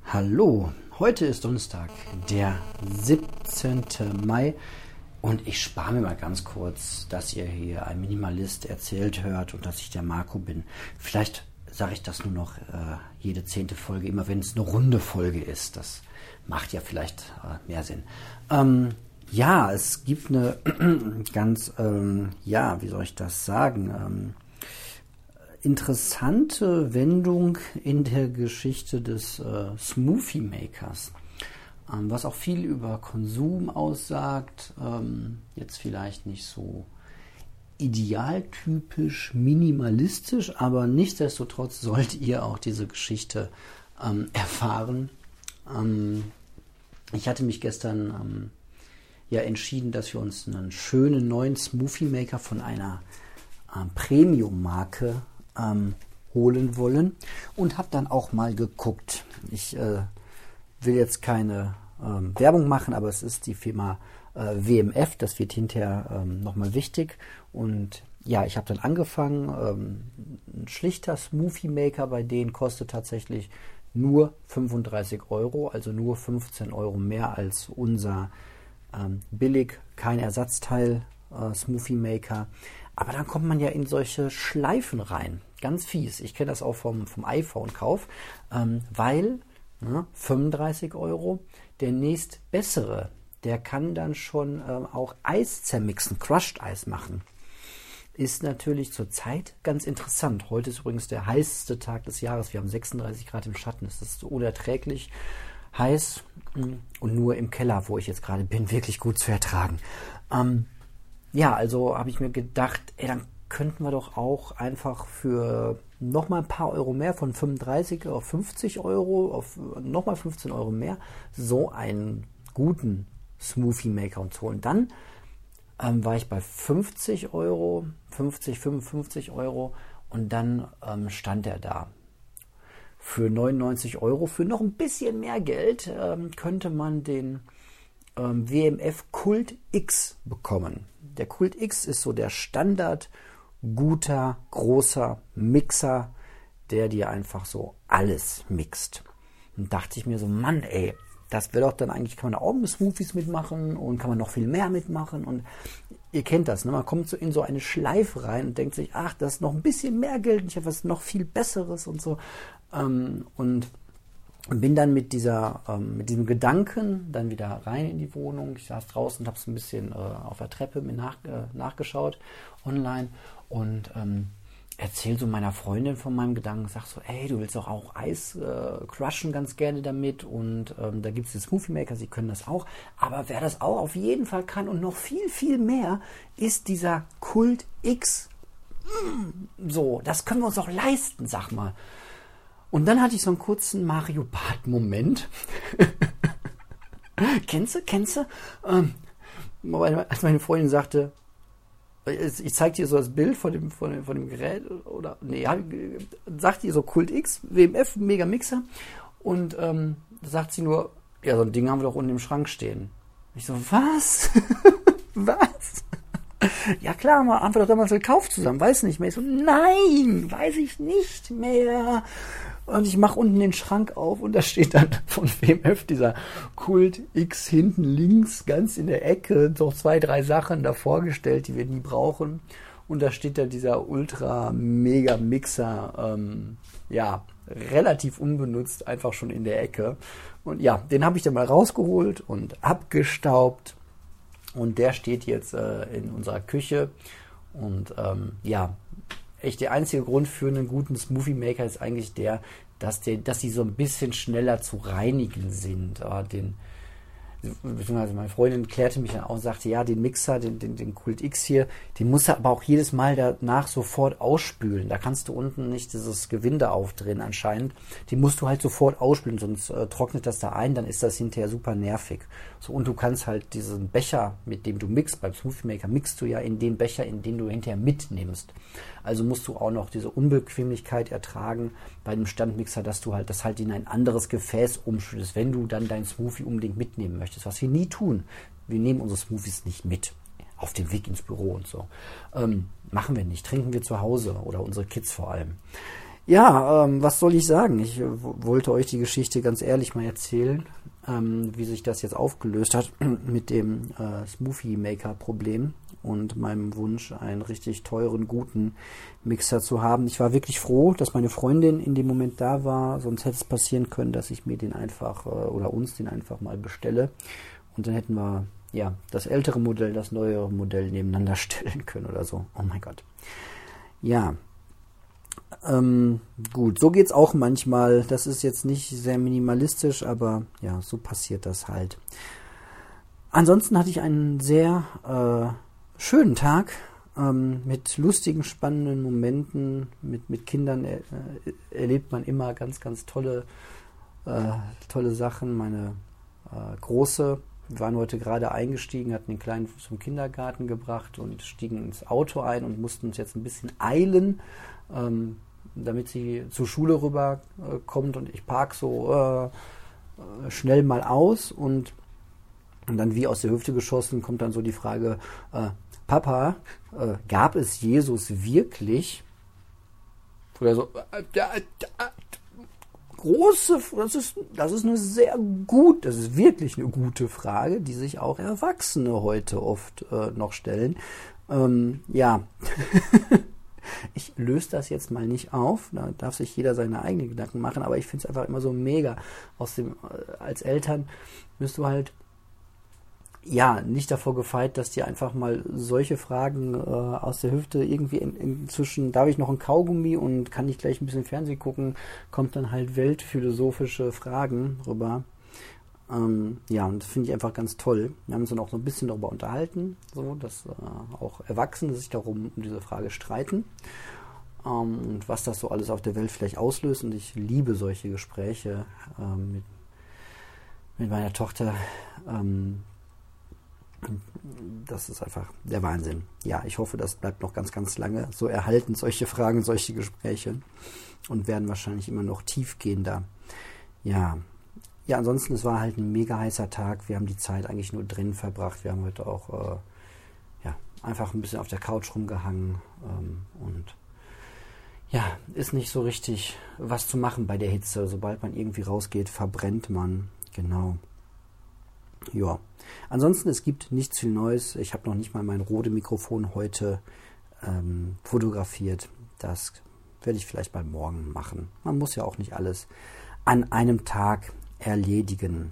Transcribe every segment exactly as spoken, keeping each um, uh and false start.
Hallo, heute ist Donnerstag, der siebzehnte Mai und ich spare mir mal ganz kurz, dass ihr hier ein Minimalist erzählt hört und dass ich der Marco bin. Vielleicht sage ich das nur noch äh, jede zehnte Folge, immer wenn es eine runde Folge ist. Das macht ja vielleicht äh, mehr Sinn. Ähm, ja, es gibt eine ganz, ähm, ja, wie soll ich das sagen, ähm, interessante Wendung in der Geschichte des äh, Smoothie Makers, ähm, was auch viel über Konsum aussagt, ähm, jetzt vielleicht nicht so idealtypisch minimalistisch, aber nichtsdestotrotz sollt ihr auch diese Geschichte ähm, erfahren. Ähm, ich hatte mich gestern ähm, ja entschieden, dass wir uns einen schönen neuen Smoothie Maker von einer ähm, Premium-Marke Ähm, holen wollen und habe dann auch mal geguckt. Ich äh, will jetzt keine ähm, Werbung machen, aber es ist die Firma äh, W M F, das wird hinterher ähm, nochmal wichtig. Und ja, ich habe dann angefangen, ähm, ein schlichter Smoothie Maker bei denen kostet tatsächlich nur fünfunddreißig Euro, also nur fünfzehn Euro mehr als unser ähm, billig, kein Ersatzteil äh, Smoothie Maker. Aber dann kommt man ja in solche Schleifen rein. Ganz fies. Ich kenne das auch vom, vom iPhone-Kauf, ähm, weil ne, fünfunddreißig Euro, der nächst bessere, der kann dann schon ähm, auch Eis zermixen, Crushed Eis machen. Ist natürlich zurzeit ganz interessant. Heute ist übrigens der heißeste Tag des Jahres. Wir haben sechsunddreißig Grad im Schatten. Es ist unerträglich heiß und nur im Keller, wo ich jetzt gerade bin, wirklich gut zu ertragen. Ähm, Ja, also habe ich mir gedacht, ey, dann könnten wir doch auch einfach für nochmal ein paar Euro mehr, von fünfunddreißig auf fünfzig Euro, auf nochmal fünfzehn Euro mehr, so einen guten Smoothie Maker uns holen. Dann ähm, war ich bei fünfzig Euro, fünfzig, fünfundfünfzig Euro und dann ähm, stand er da. Für neunundneunzig Euro, für noch ein bisschen mehr Geld, ähm, könnte man den ähm, W M F Kult X bekommen. Der Kult X ist so der Standard guter, großer Mixer, der dir einfach so alles mixt. Und dachte ich mir so, Mann ey, das wäre doch dann eigentlich, kann man da auch mit Smoothies mitmachen und kann man noch viel mehr mitmachen. Und ihr kennt das, ne? Man kommt so in so eine Schleife rein und denkt sich, ach, das ist noch ein bisschen mehr Geld und ich habe was noch viel Besseres und so. Ähm, und Und bin dann mit dieser, ähm, mit diesem Gedanken dann wieder rein in die Wohnung. Ich saß draußen und habe es ein bisschen äh, auf der Treppe mir nach, äh, nachgeschaut online und ähm, erzähl so meiner Freundin von meinem Gedanken. Sag so, ey, du willst doch auch Eis äh, crushen ganz gerne damit und ähm, da gibt es den Smoothie Maker, sie können das auch. Aber wer das auch auf jeden Fall kann und noch viel, viel mehr, ist dieser Kult X. Mm, so, das können wir uns doch leisten, sag mal. Und dann hatte ich so einen kurzen Mario Barth-Moment. Kennst du? Kennst du? Ähm, als meine Freundin sagte, ich zeig dir so das Bild von dem, von dem, von dem Gerät, oder, nee, sagt ihr so Kult X, W M F, Mega Mixer. Und ähm, da sagt sie nur, ja, so ein Ding haben wir doch unten im Schrank stehen. Ich so, was? Was? Ja klar, haben wir doch damals gekauft zusammen, weiß nicht mehr. Ich so, nein, weiß ich nicht mehr. Und ich mache unten den Schrank auf und da steht dann von W M F dieser Kult X hinten links, ganz in der Ecke, so zwei, drei Sachen da vorgestellt, die wir nie brauchen. Und da steht dann dieser Ultra-Mega-Mixer, ähm, ja, relativ unbenutzt, einfach schon in der Ecke. Und ja, den habe ich dann mal rausgeholt und abgestaubt. Und der steht jetzt äh, in unserer Küche. Und ähm, ja, echt der einzige Grund für einen guten Smoothie Maker ist eigentlich der, dass, der, dass die so ein bisschen schneller zu reinigen sind. Äh, den, beziehungsweise meine Freundin klärte mich dann auch und sagte, ja, den Mixer, den, den, den Kult X hier, den musst du aber auch jedes Mal danach sofort ausspülen. Da kannst du unten nicht dieses Gewinde aufdrehen anscheinend. Den musst du halt sofort ausspülen, sonst äh, trocknet das da ein, dann ist das hinterher super nervig. So, und du kannst halt diesen Becher, mit dem du mixt, beim Smoothie Maker mixt du ja in den Becher, in den du hinterher mitnimmst. Also musst du auch noch diese Unbequemlichkeit ertragen bei dem Standmixer, dass du halt das halt in ein anderes Gefäß umschüttest, wenn du dann dein Smoothie unbedingt mitnehmen möchtest, was wir nie tun. Wir nehmen unsere Smoothies nicht mit auf dem Weg ins Büro und so. Ähm, machen wir nicht, trinken wir zu Hause oder unsere Kids vor allem. Ja, ähm, was soll ich sagen? Ich äh, w- wollte euch die Geschichte ganz ehrlich mal erzählen, ähm, wie sich das jetzt aufgelöst hat mit dem äh, Smoothie Maker Problem und meinem Wunsch, einen richtig teuren, guten Mixer zu haben. Ich war wirklich froh, dass meine Freundin in dem Moment da war, sonst hätte es passieren können, dass ich mir den einfach äh, oder uns den einfach mal bestelle und dann hätten wir ja das ältere Modell, das neuere Modell nebeneinander stellen können oder so. Oh mein Gott. Ja. Ähm, gut, so geht's auch manchmal. Das ist jetzt nicht sehr minimalistisch, aber ja, so passiert das halt. Ansonsten hatte ich einen sehr äh, schönen Tag ähm, mit lustigen, spannenden Momenten. Mit, mit Kindern er, äh, erlebt man immer ganz, ganz tolle, äh, tolle Sachen. Meine äh, Große, wir waren heute gerade eingestiegen, hatten den Kleinen zum Kindergarten gebracht und stiegen ins Auto ein und mussten uns jetzt ein bisschen eilen, ähm, damit sie zur Schule rüber äh, kommt und ich park so äh, äh, schnell mal aus und, und dann wie aus der Hüfte geschossen kommt dann so die Frage, äh, Papa, äh, gab es Jesus wirklich? Oder so, äh, äh, äh, große, das ist, das ist eine sehr gut, das ist wirklich eine gute Frage, die sich auch Erwachsene heute oft äh, noch stellen. Ähm, ja, ich löse das jetzt mal nicht auf, da darf sich jeder seine eigenen Gedanken machen, aber ich finde es einfach immer so mega. Aus dem, äh, als Eltern bist du halt ja nicht davor gefeit, dass dir einfach mal solche Fragen äh, aus der Hüfte irgendwie in, inzwischen, darf ich noch ein Kaugummi und kann ich gleich ein bisschen Fernsehen gucken, kommt dann halt weltphilosophische Fragen rüber. Ähm, ja, und das finde ich einfach ganz toll. Wir haben uns dann auch so ein bisschen darüber unterhalten, so, dass äh, auch Erwachsene sich darum um diese Frage streiten ähm, und was das so alles auf der Welt vielleicht auslöst. Und ich liebe solche Gespräche ähm, mit, mit meiner Tochter. Ähm, Das ist einfach der Wahnsinn. Ja, ich hoffe, das bleibt noch ganz, ganz lange so erhalten, solche Fragen, solche Gespräche und werden wahrscheinlich immer noch tiefgehender. Ja, ja, ansonsten, es war halt ein mega heißer Tag. Wir haben die Zeit eigentlich nur drin verbracht. Wir haben heute auch äh, ja, einfach ein bisschen auf der Couch rumgehangen ähm, und ja, ist nicht so richtig was zu machen bei der Hitze. Sobald man irgendwie rausgeht, verbrennt man. Genau. Ja, ansonsten, es gibt nichts viel Neues. Ich habe noch nicht mal mein Rode-Mikrofon heute ähm, fotografiert. Das werde ich vielleicht mal morgen machen. Man muss ja auch nicht alles an einem Tag erledigen.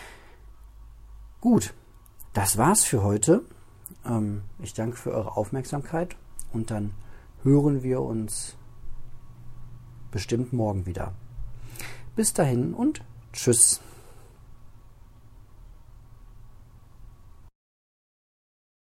Gut, das war's für heute. Ähm, ich danke für eure Aufmerksamkeit und dann hören wir uns bestimmt morgen wieder. Bis dahin und tschüss.